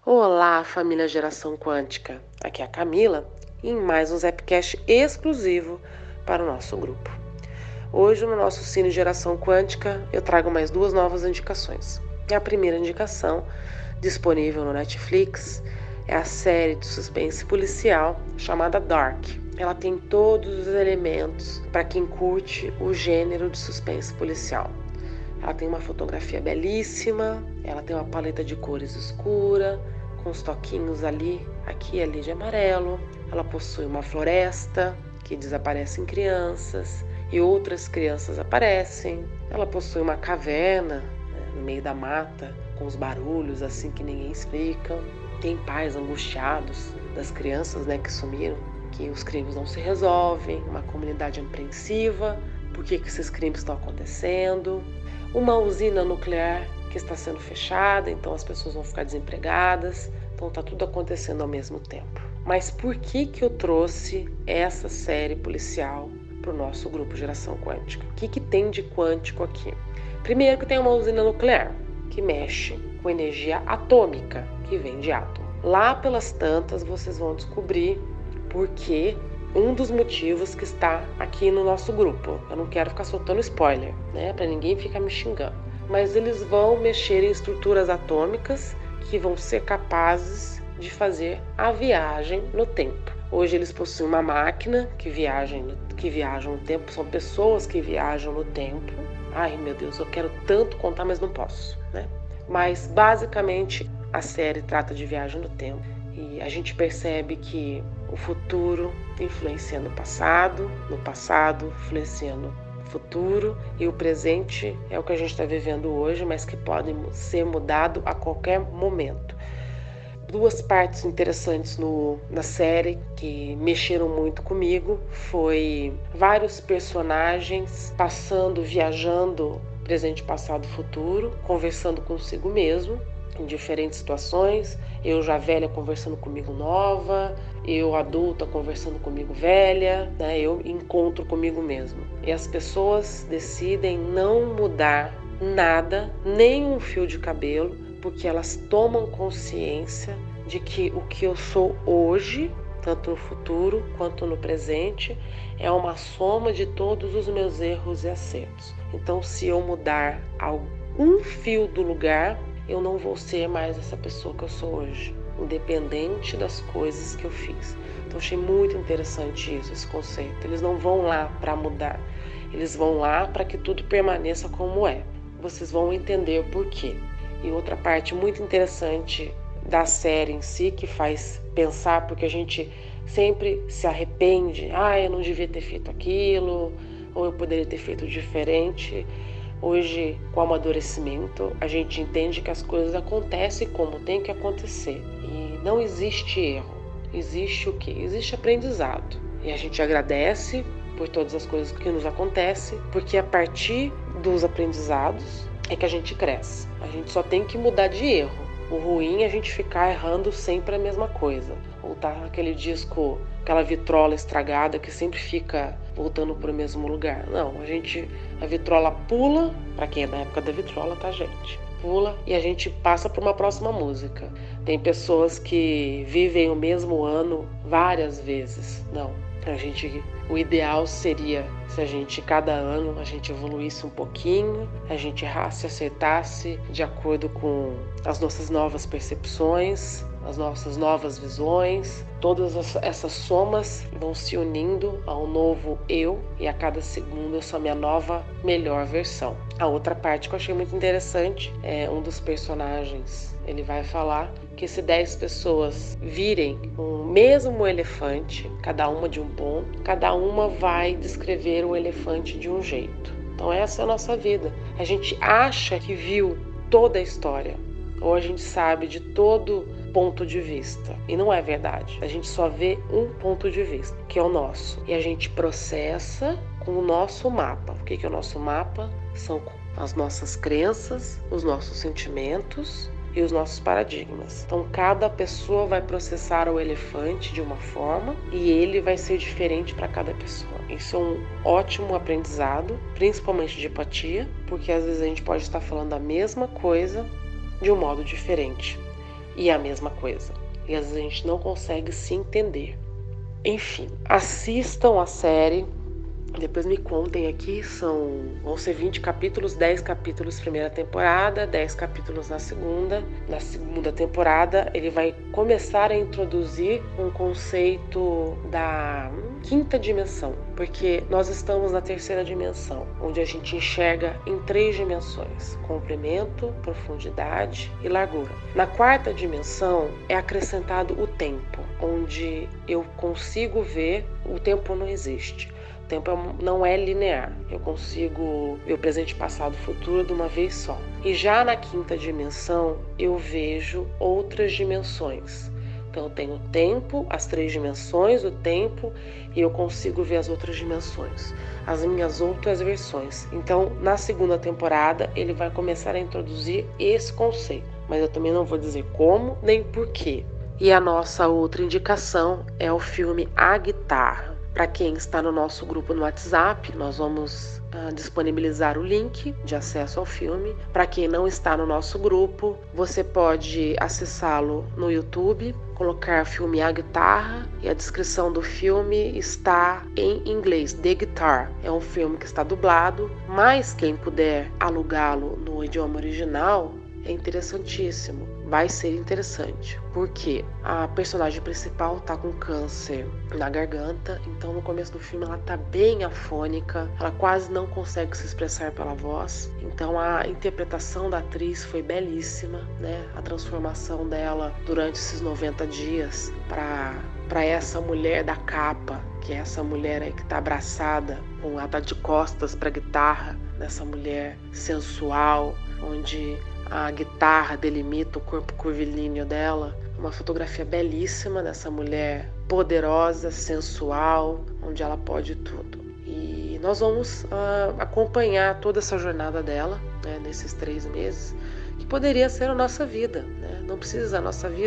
Olá, família Geração Quântica. Aqui é a Camila em mais um Zapcast exclusivo para o nosso grupo. Hoje, no nosso Cine Geração Quântica, eu trago mais duas novas indicações. A primeira indicação, disponível no Netflix, é a série de suspense policial chamada Dark. Ela tem todos os elementos para quem curte o gênero de suspense policial. Ela tem uma fotografia belíssima, ela tem uma paleta de cores escura, com os toquinhos aqui e ali de amarelo. Ela possui uma floresta que desaparecem crianças e outras crianças aparecem. Ela possui uma caverna, no meio da mata, com os barulhos assim que ninguém explica. Tem pais angustiados das crianças, que sumiram, que os crimes não se resolvem, uma comunidade apreensiva, por que esses crimes estão acontecendo. Uma usina nuclear que está sendo fechada, então as pessoas vão ficar desempregadas, então está tudo acontecendo ao mesmo tempo. Mas por que eu trouxe essa série policial para o nosso grupo Geração Quântica? O que tem de quântico aqui? Primeiro que tem uma usina nuclear que mexe com energia atômica, que vem de átomo. Lá pelas tantas vocês vão descobrir por que um dos motivos que está aqui no nosso grupo. Eu não quero ficar soltando spoiler, para ninguém ficar me xingando. Mas eles vão mexer em estruturas atômicas que vão ser capazes de fazer a viagem no tempo. Hoje eles possuem uma máquina que viaja no tempo, são pessoas que viajam no tempo. Ai meu Deus, eu quero tanto contar, mas não posso, Mas basicamente a série trata de viagem no tempo. E a gente percebe que o futuro influencia no passado influencia no futuro, e o presente é o que a gente está vivendo hoje, mas que pode ser mudado a qualquer momento. Duas partes interessantes na série que mexeram muito comigo foi vários personagens viajando presente, passado, futuro, conversando consigo mesmo em diferentes situações. Eu já velha conversando comigo nova, eu adulta conversando comigo velha, eu encontro comigo mesmo. E as pessoas decidem não mudar nada, nem um fio de cabelo, porque elas tomam consciência de que o que eu sou hoje, tanto no futuro quanto no presente, é uma soma de todos os meus erros e acertos. Então, se eu mudar algum fio do lugar, eu não vou ser mais essa pessoa que eu sou hoje, independente das coisas que eu fiz. Então achei muito interessante esse conceito. Eles não vão lá para mudar, eles vão lá para que tudo permaneça como é. Vocês vão entender o porquê. E outra parte muito interessante da série em si, que faz pensar, porque a gente sempre se arrepende, eu não devia ter feito aquilo, ou eu poderia ter feito diferente. Hoje, com o amadurecimento, a gente entende que as coisas acontecem como tem que acontecer. E não existe erro. Existe o quê? Existe aprendizado. E a gente agradece por todas as coisas que nos acontecem, porque a partir dos aprendizados é que a gente cresce. A gente só tem que mudar de erro. O ruim é a gente ficar errando sempre a mesma coisa. Ou tá aquele disco, aquela vitrola estragada que sempre fica voltando para o mesmo lugar. Não, a vitrola pula, para quem é da época da vitrola, tá, gente? Pula e a gente passa para uma próxima música. Tem pessoas que vivem o mesmo ano várias vezes. Não, o ideal seria se cada ano a gente evoluísse um pouquinho, a gente errasse, acertasse de acordo com as nossas novas percepções, as nossas novas visões. Todas essas somas vão se unindo ao novo eu, e a cada segundo eu sou a minha nova, melhor versão. A outra parte que eu achei muito interessante é um dos personagens. Ele vai falar que se 10 pessoas virem um mesmo elefante, cada uma de um ponto, cada uma vai descrever o elefante de um jeito. Então essa é a nossa vida. A gente acha que viu toda a história, ou a gente sabe de todo ponto de vista. E não é verdade. A gente só vê um ponto de vista, que é o nosso. E a gente processa com o nosso mapa. O que é o nosso mapa? São as nossas crenças, os nossos sentimentos e os nossos paradigmas. Então cada pessoa vai processar o elefante de uma forma e ele vai ser diferente para cada pessoa. Isso é um ótimo aprendizado, principalmente de empatia, porque às vezes a gente pode estar falando a mesma coisa de um modo diferente. e é a mesma coisa. E às vezes a gente não consegue se entender. Enfim, assistam a série. Depois me contem aqui, vão ser 20 capítulos, 10 capítulos primeira temporada, 10 capítulos na segunda. Na segunda temporada, ele vai começar a introduzir um conceito da quinta dimensão, porque nós estamos na terceira dimensão, onde a gente enxerga em 3 dimensões: comprimento, profundidade e largura. Na quarta dimensão é acrescentado o tempo, onde eu consigo ver, o tempo não existe. O tempo não é linear. Eu consigo ver o presente, passado e futuro de uma vez só. E já na quinta dimensão, eu vejo outras dimensões. Então eu tenho o tempo, as 3 dimensões, o tempo, e eu consigo ver as outras dimensões, as minhas outras versões. Então, na segunda temporada, ele vai começar a introduzir esse conceito. Mas eu também não vou dizer como, nem porquê. E a nossa outra indicação é o filme A Guitarra. Para quem está no nosso grupo no WhatsApp, nós vamos disponibilizar o link de acesso ao filme. Para quem não está no nosso grupo, você pode acessá-lo no YouTube, colocar filme A Guitarra, e a descrição do filme está em inglês, The Guitar. É um filme que está dublado, mas quem puder alugá-lo no idioma original, é interessantíssimo, vai ser interessante, porque a personagem principal está com câncer na garganta, então no começo do filme ela está bem afônica, ela quase não consegue se expressar pela voz, então a interpretação da atriz foi belíssima, né? A transformação dela durante esses 90 dias para essa mulher da capa, que é essa mulher aí que está abraçada, ela tá de costas para a guitarra, dessa mulher sensual, onde a guitarra delimita o corpo curvilíneo dela. Uma fotografia belíssima dessa mulher poderosa, sensual, onde ela pode tudo. E nós vamos acompanhar toda essa jornada dela, né, nesses 3 meses, que poderia ser a nossa vida, né? Não precisa,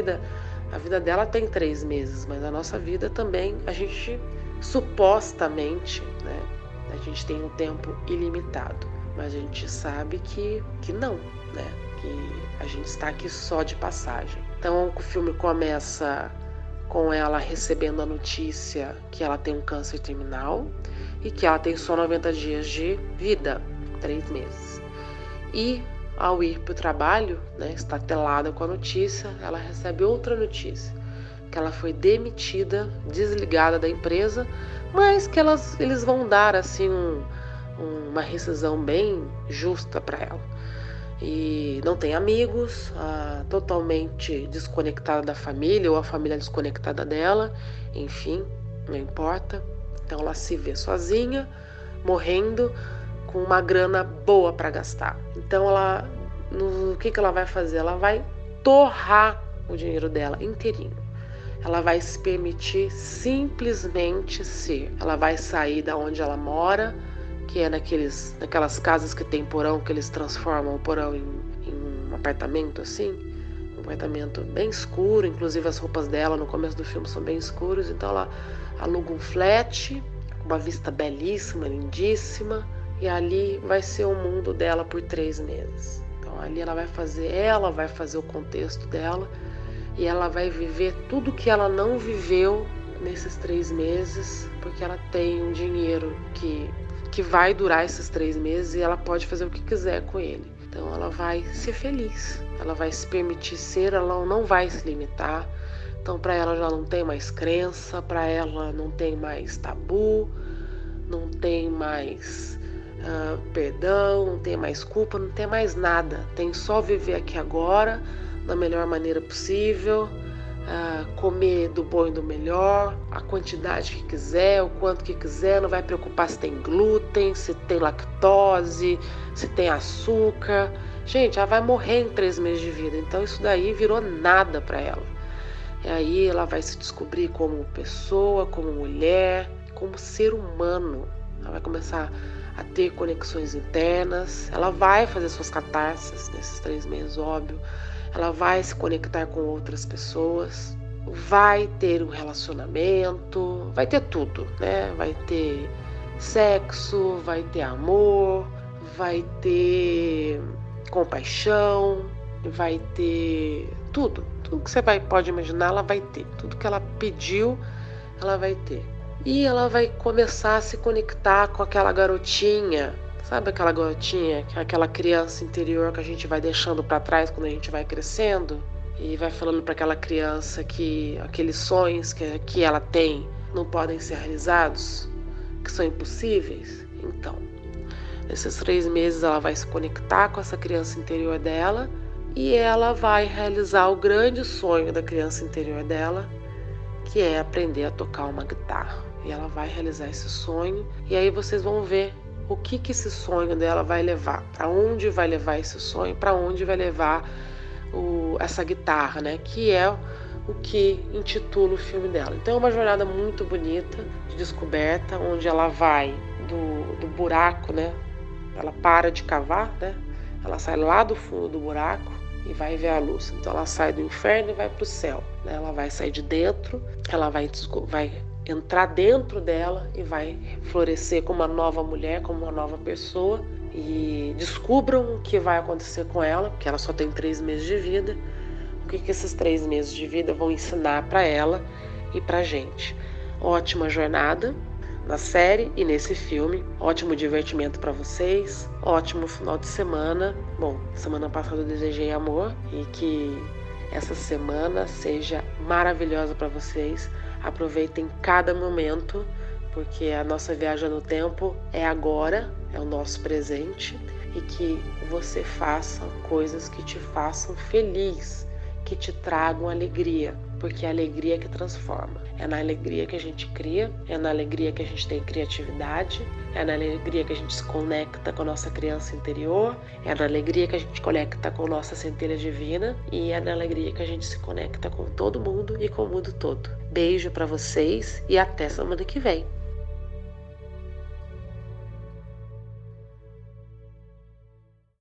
a vida dela tem 3 meses, mas a nossa vida também, a gente supostamente, né, a gente tem um tempo ilimitado, mas a gente sabe que não, né? Que a gente está aqui só de passagem. Então o filme começa com ela recebendo a notícia que ela tem um câncer terminal e que ela tem só 90 dias de vida, 3 meses. E ao ir para o trabalho, né, estatelada com a notícia, ela recebe outra notícia, que ela foi demitida, desligada da empresa, mas que eles vão dar assim uma rescisão bem justa para ela. E não tem amigos, totalmente desconectada da família, ou a família desconectada dela, enfim, não importa. Então ela se vê sozinha, morrendo, com uma grana boa para gastar. Então o que ela vai fazer? Ela vai torrar o dinheiro dela inteirinho. Ela vai se permitir simplesmente ser. Ela vai sair da onde ela mora, que é naquelas casas que tem porão, que eles transformam o porão em um apartamento assim, um apartamento bem escuro, inclusive as roupas dela no começo do filme são bem escuras, então ela aluga um flat, uma vista belíssima, lindíssima, e ali vai ser o mundo dela por 3 meses. Então ali ela vai fazer o contexto dela, e ela vai viver tudo que ela não viveu nesses 3 meses, porque ela tem um dinheiro que vai durar esses 3 meses e ela pode fazer o que quiser com ele. Então ela vai ser feliz, ela vai se permitir ser, ela não vai se limitar. Então para ela já não tem mais crença, para ela não tem mais tabu, não tem mais perdão, não tem mais culpa, não tem mais nada. Tem só viver aqui agora da melhor maneira possível, comer do bom e do melhor, a quantidade que quiser, o quanto que quiser, não vai preocupar se tem glúten, se tem lactose, se tem açúcar. Gente, ela vai morrer em 3 meses de vida, então isso daí virou nada para ela. E aí ela vai se descobrir como pessoa, como mulher, como ser humano. Ela vai começar a ter conexões internas, ela vai fazer suas catarses nesses 3 meses, óbvio. Ela vai se conectar com outras pessoas, vai ter um relacionamento, vai ter tudo, né? Vai ter sexo, vai ter amor, vai ter compaixão, vai ter tudo Tudo que você pode imaginar, ela vai ter. Tudo que ela pediu, ela vai ter. E ela vai começar a se conectar com aquela garotinha, sabe aquela garotinha, aquela criança interior que a gente vai deixando para trás quando a gente vai crescendo? E vai falando para aquela criança que aqueles sonhos que ela tem não podem ser realizados, que são impossíveis. Então, nesses 3 meses ela vai se conectar com essa criança interior dela e ela vai realizar o grande sonho da criança interior dela, que é aprender a tocar uma guitarra. E ela vai realizar esse sonho e aí vocês vão ver o que esse sonho dela vai levar, para onde vai levar esse sonho, para onde vai levar essa guitarra, né? Que é o que intitula o filme dela. Então é uma jornada muito bonita de descoberta, onde ela vai do buraco, né? Ela para de cavar, né? Ela sai lá do fundo do buraco e vai ver a luz. Então ela sai do inferno e vai para o céu, né? Ela vai sair de dentro, ela vai entrar dentro dela e vai florescer como uma nova mulher, como uma nova pessoa. E descubram o que vai acontecer com ela, porque ela só tem 3 meses de vida. O que esses 3 meses de vida vão ensinar para ela e pra gente. Ótima jornada na série e nesse filme. Ótimo divertimento para vocês. Ótimo final de semana. Bom, semana passada eu desejei amor e que essa semana seja maravilhosa para vocês. Aproveitem cada momento, porque a nossa viagem no tempo é agora, é o nosso presente, e que você faça coisas que te façam feliz, que te tragam alegria, porque é a alegria que transforma. É na alegria que a gente cria, é na alegria que a gente tem criatividade, é na alegria que a gente se conecta com a nossa criança interior, é na alegria que a gente conecta com a nossa centelha divina e é na alegria que a gente se conecta com todo mundo e com o mundo todo. Beijo para vocês e até semana que vem.